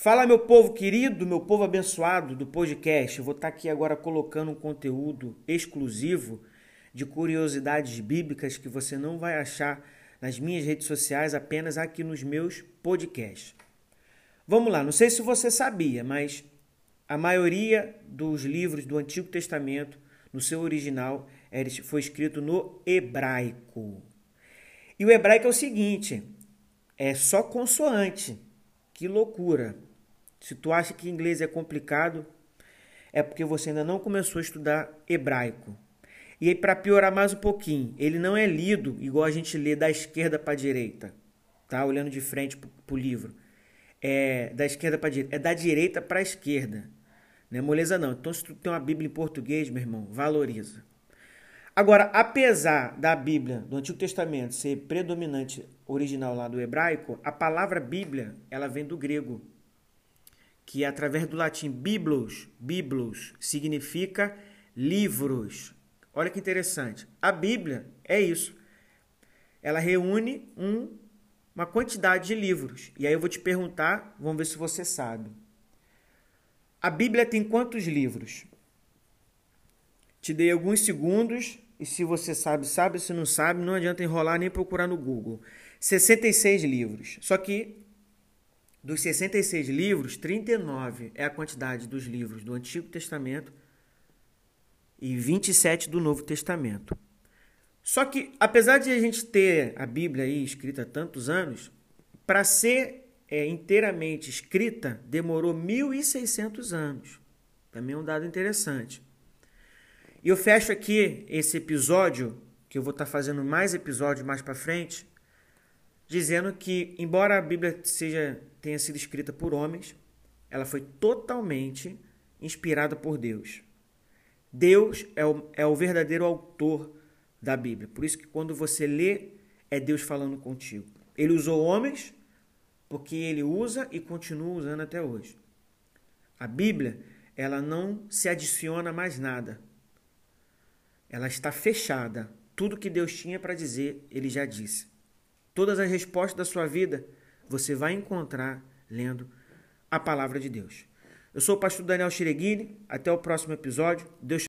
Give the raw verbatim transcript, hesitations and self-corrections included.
Fala, meu povo querido, meu povo abençoado do podcast. Eu vou estar aqui agora colocando um conteúdo exclusivo de curiosidades bíblicas que você não vai achar nas minhas redes sociais, apenas aqui nos meus podcasts. Vamos lá, não sei se você sabia, mas a maioria dos livros do Antigo Testamento, no seu original, foi escrito no hebraico. E o hebraico é o seguinte, é só consoante. Que loucura! Se tu acha que inglês é complicado, é porque você ainda não começou a estudar hebraico. E aí, para piorar mais um pouquinho, ele não é lido igual a gente lê da esquerda para a direita, tá? Olhando de frente para o livro. É da esquerda para a direita, é da direita para a esquerda. Não é moleza não. Então, se tu tem uma Bíblia em português, meu irmão, valoriza. Agora, apesar da Bíblia, do Antigo Testamento, ser predominante original lá do hebraico, a palavra Bíblia, ela vem do grego, que é através do latim biblos, biblos, significa livros. Olha que interessante. A Bíblia é isso. Ela reúne um, uma quantidade de livros. E aí eu vou te perguntar, vamos ver se você sabe. A Bíblia tem quantos livros? Te dei alguns segundos. E se você sabe, sabe. Se não sabe, não adianta enrolar nem procurar no Google. sessenta e seis livros. Só que dos sessenta e seis livros, trinta e nove é a quantidade dos livros do Antigo Testamento e vinte e sete do Novo Testamento. Só que, apesar de a gente ter a Bíblia aí escrita há tantos anos, para ser é, inteiramente escrita, demorou mil e seiscentos anos. Também é um dado interessante. E eu fecho aqui esse episódio, que eu vou estar fazendo mais episódios mais para frente, dizendo que, embora a Bíblia seja, tenha sido escrita por homens, ela foi totalmente inspirada por Deus. Deus é o, é o verdadeiro autor da Bíblia. Por isso que quando você lê, é Deus falando contigo. Ele usou homens, porque ele usa e continua usando até hoje. A Bíblia, ela não se adiciona mais nada. Ela está fechada. Tudo que Deus tinha para dizer, ele já disse. Todas as respostas da sua vida, você vai encontrar lendo a palavra de Deus. Eu sou o pastor Daniel Chireguini. Até o próximo episódio. Deus